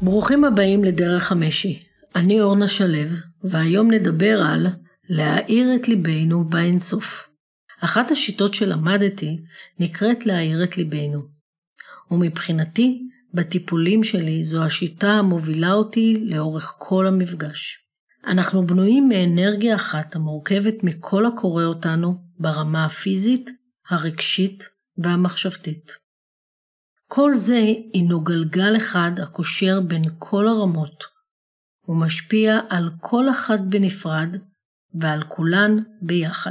ברוכים הבאים לדרך המשי. אני אורנה שלו, והיום נדבר על להאיר את ליבנו באינסוף. אחת השיטות שלמדתי נקראת להאיר את ליבנו. ומבחינתי, בטיפולים שלי זו השיטה המובילה אותי לאורך כל המפגש. אנחנו בנויים מאנרגיה אחת המורכבת מכל הקורא אותנו ברמה הפיזית, הרגשית והמחשבתית. כל זה הינו גלגל אחד הקושר בין כל הרמות. הוא משפיע על כל אחת בנפרד ועל כולן ביחד.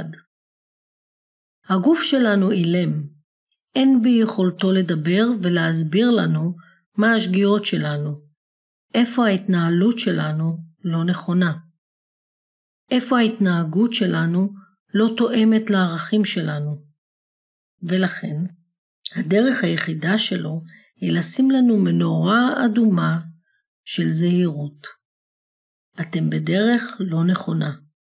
הגוף שלנו אילם. אין ביכולתו לדבר ולהסביר לנו מה השגיאות שלנו. איפה ההתנהלות שלנו לא נכונה. איפה ההתנהגות שלנו לא תואמת לערכים שלנו. ולכן, הדרך היחידה שלו היא לשים לנו מנורה אדומה של זהירות. אתם בדרך לא נכונה.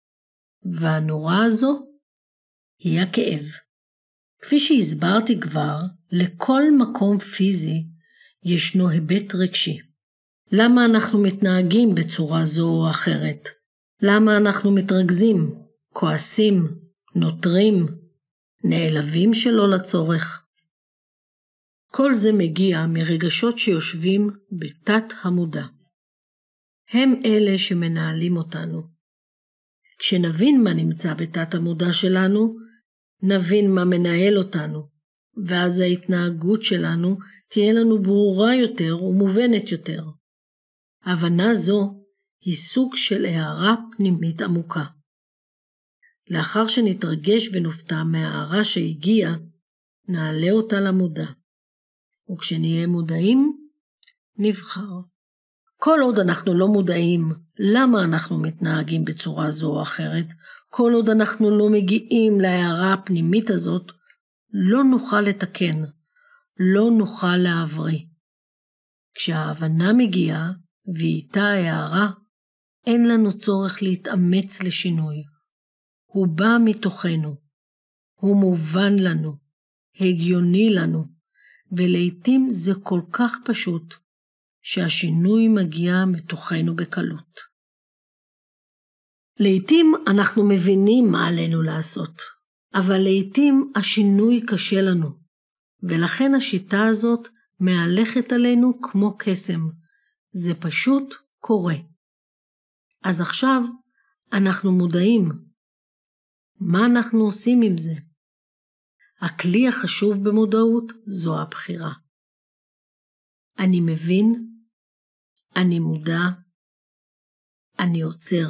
והנורה הזו היא הכאב. כפי שהסברתי כבר, לכל מקום פיזי ישנו היבט רגשי. למה אנחנו מתנהגים בצורה זו או אחרת? למה אנחנו מתרגזים, כועסים, נותרים, נעלבים שלא לצורך? כל זה מגיע מרגשות שיושבים בתת המודע. הם אלה שמנהלים אותנו. כשנבין מה נמצא בתת המודע שלנו, נבין מה מנהל אותנו, ואז ההתנהגות שלנו תהיה לנו ברורה יותר ומובנת יותר. הבנה זו היא סוג של הערה פנימית עמוקה. לאחר שנתרגש ונופתע מההערה שהגיעה, נעלה אותה למודע. וכשנהיה מודעים, נבחר. כל עוד אנחנו לא מודעים למה אנחנו מתנהגים בצורה זו או אחרת, כל עוד אנחנו לא מגיעים להערה הפנימית הזאת, לא נוכל לתקן, לא נוכל להבריא. כשההבנה מגיעה ואיתה הערה, אין לנו צורך להתאמץ לשינוי. הוא בא מתוכנו, הוא מובן לנו, הגיוני לנו, ולעיתים זה כל כך פשוט, שהשינוי מגיע מתוכנו בקלות. לעיתים אנחנו מבינים מה עלינו לעשות, אבל לעיתים השינוי קשה לנו, ולכן השיטה הזאת מהלכת עלינו כמו קסם. זה פשוט קורה. אז עכשיו אנחנו מודעים. מה אנחנו עושים עם זה? הכלי החשוב במודעות זו הבחירה. אני מבין, אני מודע, אני עוצר.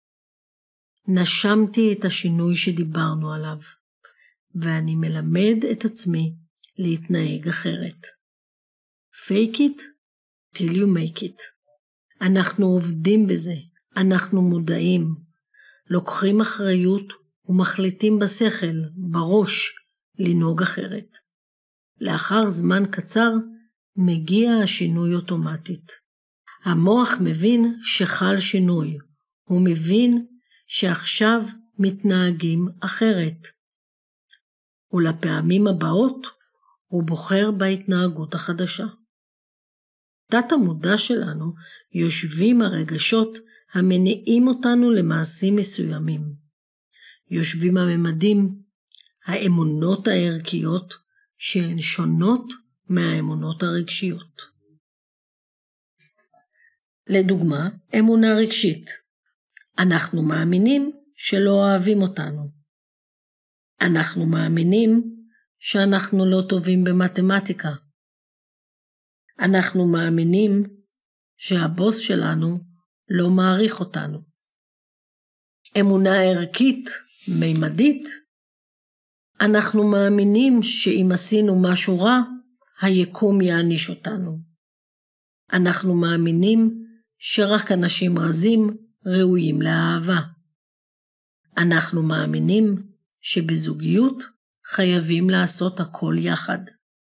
נשמתי את השינוי שדיברנו עליו, ואני מלמד את עצמי להתנהג אחרת. Fake it till you make it. אנחנו עובדים בזה, אנחנו מודעים, לוקחים אחריות ומחליטים בשכל, בראש, לנהוג אחרת. לאחר זמן קצר מגיע השינוי אוטומטית. המוח מבין שחל שינוי. הוא מבין שעכשיו מתנהגים אחרת. ולפעמים הבאות הוא בוחר בהתנהגות החדשה. תת המודע שלנו יושבים הרגשות המניעים אותנו למעשים מסוימים. יושבים הממדים, האמונות הערכיות שהן שונות מהאמונות הרגשיות. לדוגמה, אמונה רגשית. אנחנו מאמינים שלא אוהבים אותנו. אנחנו מאמינים שאנחנו לא טובים במתמטיקה. אנחנו מאמינים שהבוס שלנו לא מעריך אותנו. אמונה ערכית, מימדית, אנחנו מאמינים שאם עשינו משהו רע, היקום יעניש אותנו. אנחנו מאמינים שרק אנשים רזים ראויים לאהבה. אנחנו מאמינים שבזוגיות חייבים לעשות הכל יחד.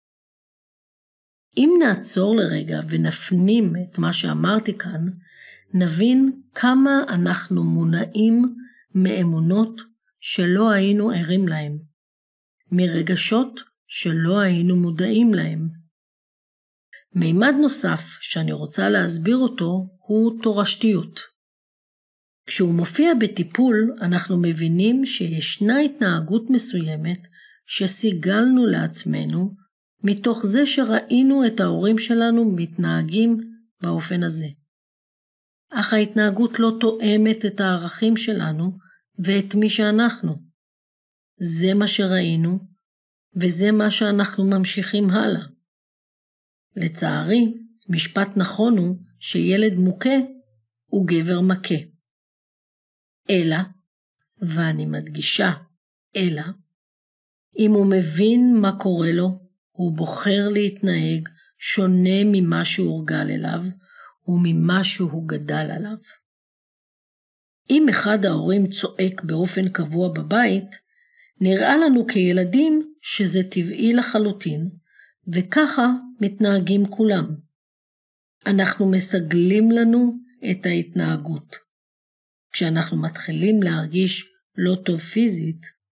אם נעצור לרגע ונפנים את מה שאמרתי כאן, נבין כמה אנחנו מונעים מאמונות שלא היינו ערים להם, מרגשות שלא היינו מודעים להם. מימד נוסף שאני רוצה להסביר אותו הוא תורשתיות. כשהוא מופיע בטיפול, אנחנו מבינים שישנה התנהגות מסוימת שסיגלנו לעצמנו, מתוך זה שראינו את ההורים שלנו מתנהגים באופן הזה. אך ההתנהגות לא תואמת את הערכים שלנו ואת מי שאנחנו. זה מה שראינו, וזה מה שאנחנו ממשיכים הלאה. לצערי, משפט נכון הוא שילד מוכה הוא גבר מכה. אלא, ואני מדגישה, אלא, אם הוא מבין מה קורה לו, הוא בוחר להתנהג שונה ממה שהורגל אליו וממה שהוא גדל עליו. אם אחד ההורים צועק באופן קבוע בבית, נראה לנו כילדים שזה טבעי לחלוטין, וככה מתנהגים כולם. אנחנו מסגלים לנו את ההתנהגות. כשאנחנו מתחילים להרגיש לא טוב פיזית,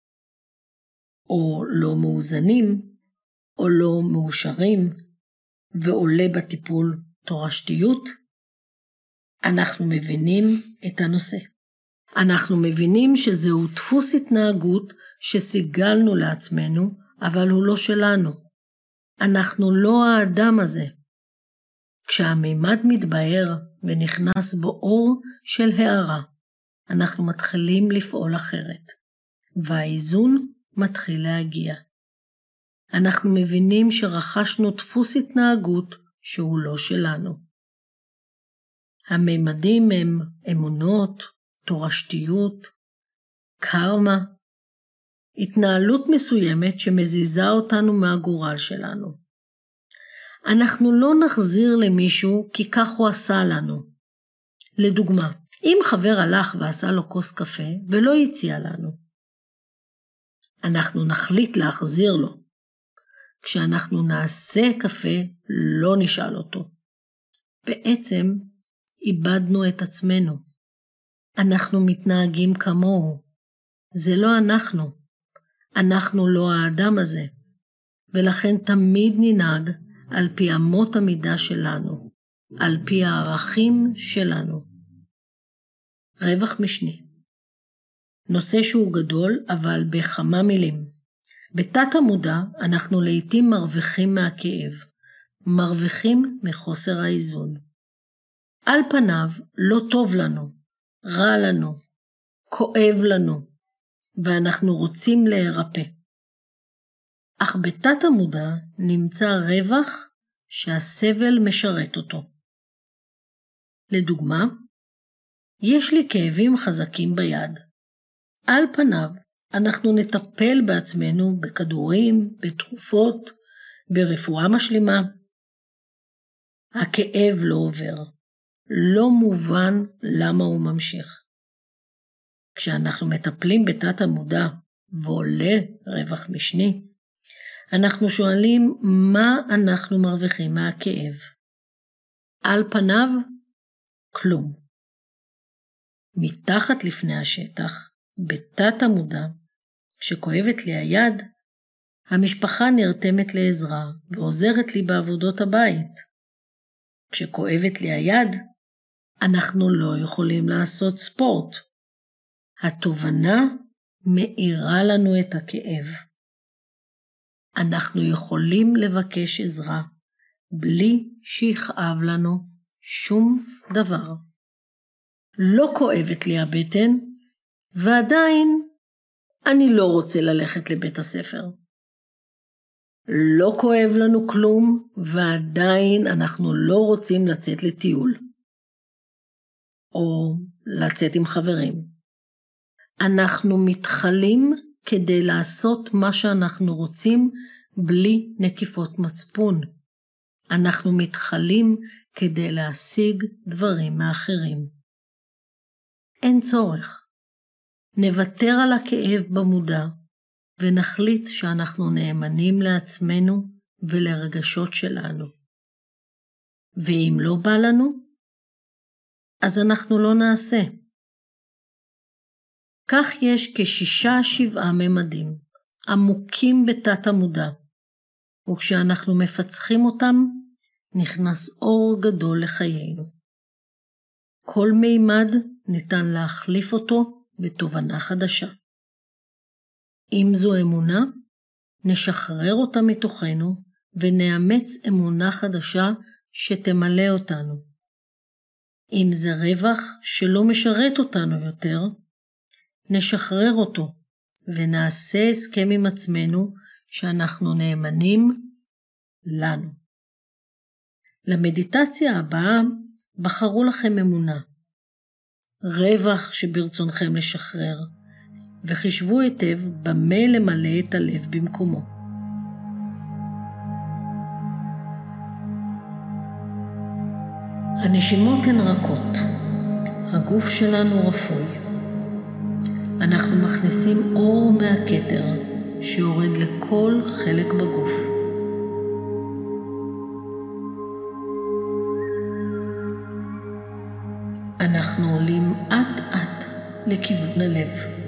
או לא מאוזנים, או לא מאושרים, ועולה בטיפול תורשתיות, אנחנו מבינים את הנושא. אנחנו מבינים שזהו דפוס התנהגות שסיגלנו לעצמנו, אבל הוא לא שלנו. אנחנו לא האדם הזה. כשהמימד מתבהר ונכנס בו אור של הערה, אנחנו מתחילים לפעול אחרת, והאיזון מתחיל להגיע. אנחנו מבינים שרכשנו דפוס התנהגות שהוא לא שלנו. המימדים הם אמונות, תורשתיות, קרמה, התנהלות מסוימת שמזיזה אותנו מהגורל שלנו. אנחנו לא נחזיר למישהו כי כך הוא עשה לנו. לדוגמה, אם חבר הלך ועשה לו כוס קפה ולא הציע לנו, אנחנו נחליט להחזיר לו. כשאנחנו נעשה קפה, לא נשאל אותו. בעצם איבדנו את עצמנו. אנחנו מתנהגים כמוהו. זה לא אנחנו. אנחנו לא האדם הזה. ולכן תמיד ננהג על פי אמות המידה שלנו, על פי הערכים שלנו. רווח משני. נושא שהוא גדול, אבל בכמה מילים. בתת המודע אנחנו לעתים מרוויחים מהכאב, מרוויחים מחוסר האיזון. על פניו לא טוב לנו, רע לנו, כואב לנו, ואנחנו רוצים להירפא. אך בתת המודע נמצא רווח שהסבל משרת אותו. לדוגמה, יש לי כאבים חזקים ביד. על פניו אנחנו נטפל בעצמנו בכדורים, בתרופות, ברפואה משלימה. הכאב לא עובר. לא מובן למה הוא ממשיך. כשאנחנו מטפלים בתת המודע ועולה רווח משני, אנחנו שואלים מה אנחנו מרוויחים מהכאב. על פניו, כלום. מתחת לפני השטח, בתת המודע, כשכואבת לי היד, המשפחה נרתמת לעזרה ועוזרת לי בעבודות הבית. כשכואבת לי היד, אנחנו לא יכולים לעשות ספורט. התובנה מאירה לנו את הכאב. אנחנו יכולים לבקש עזרה, בלי שיכאב לנו שום דבר. לא כואבת לי הבטן, ועדיין אני לא רוצה ללכת לבית הספר. לא כואב לנו כלום, ועדיין אנחנו לא רוצים לצאת לטיול. או לצאת עם חברים. אנחנו מתחלים כדי לעשות מה שאנחנו רוצים בלי נקיפות מצפון. אנחנו מתחלים כדי להשיג דברים מאחרים. אין צורך. נוותר על הכאב במודע ונחליט שאנחנו נאמנים לעצמנו ולרגשות שלנו. ואם לא בא לנו, אז אנחנו לא נעשה. כך יש כ6-7 ממדים, עמוקים בתת המודע, וכשאנחנו מפצחים אותם, נכנס אור גדול לחיינו. כל מימד ניתן להחליף אותו בתובנה חדשה. אם זו אמונה, נשחרר אותה מתוכנו ונאמץ אמונה חדשה שתמלא אותנו. אם זה רווח שלא משרת אותנו יותר, נשחרר אותו ונעשה הסכם עם עצמנו שאנחנו נאמנים לנו. למדיטציה הבאה בחרו לכם אמונה, רווח שברצונכם לשחרר, וחישבו היטב במה למלא את הלב במקומו. הנשימות הן רכות, הגוף שלנו רפוי. אנחנו מכניסים אור מהכתר שיורד לכל חלק בגוף. אנחנו עולים אט-אט לכיוון הלב.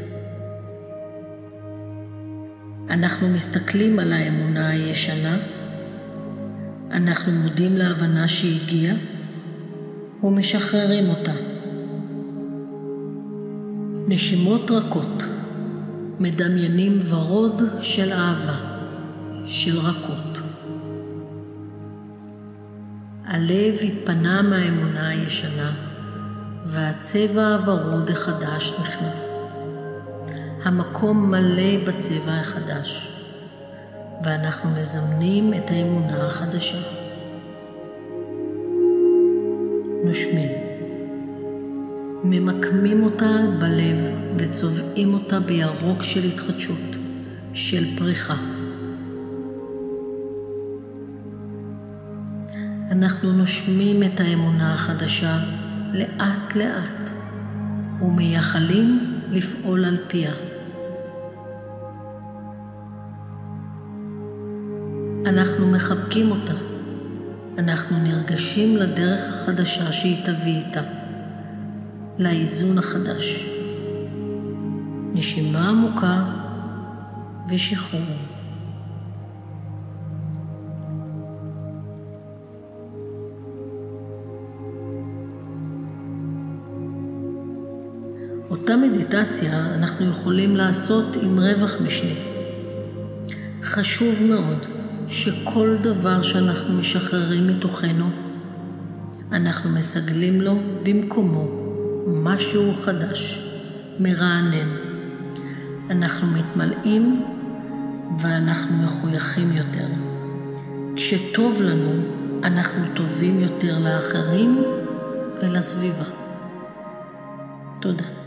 אנחנו מסתכלים על האמונה הישנה, אנחנו מודים להבנה שהגיעה ומשחררים אותה. נשימות רכות, מדמיינים ורוד של אהבה, של רכות. הלב התפנה מהאמונה הישנה, והצבע הוורוד החדש נכנס. המקום מלא בצבע החדש, ואנחנו מזמנים את האמונה החדשה. נושמים. ממקמים אותה בלב וצובעים אותה בירוק של התחדשות, של פריחה. אנחנו נושמים את האמונה החדשה לאט לאט ומייחלים לפעול על פיה. אנחנו מחבקים אותה. אנחנו נרגשים לדרך החדשה שהיא תביא איתה, לאיזון החדש. נשימה עמוקה ושחרור. אותה מדיטציה אנחנו יכולים לעשות עם רווח משני. חשוב מאוד שכל דבר שאנחנו משחררים מתוכנו, אנחנו מסגלים לו במקומו משהו חדש, מרענן. אנחנו מתמלאים ואנחנו מחויכים יותר. כשטוב לנו, אנחנו טובים יותר לאחרים ולסביבה. תודה.